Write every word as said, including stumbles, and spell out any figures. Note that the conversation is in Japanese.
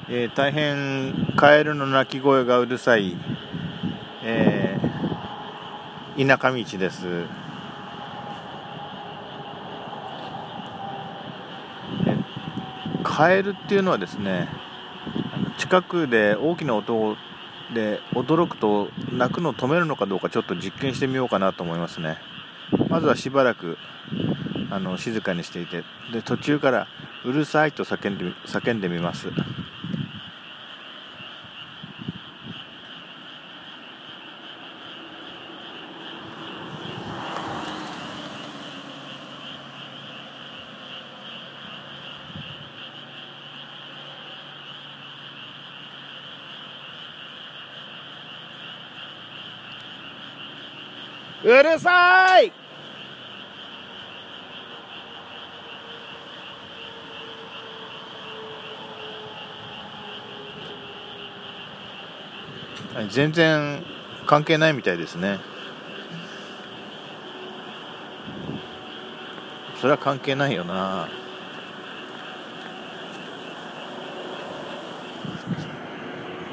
えー、大変カエルの鳴き声がうるさい、えー、田舎道です。えカエルっていうのはですね、近くで大きな音で驚くと鳴くのを止めるのかどうかちょっと実験してみようかなと思いますね。まずはしばらくあの静かにしていて、で途中からうるさいと叫んで叫んでみます。うるさい。全然関係ないみたいですね。それは関係ないよな。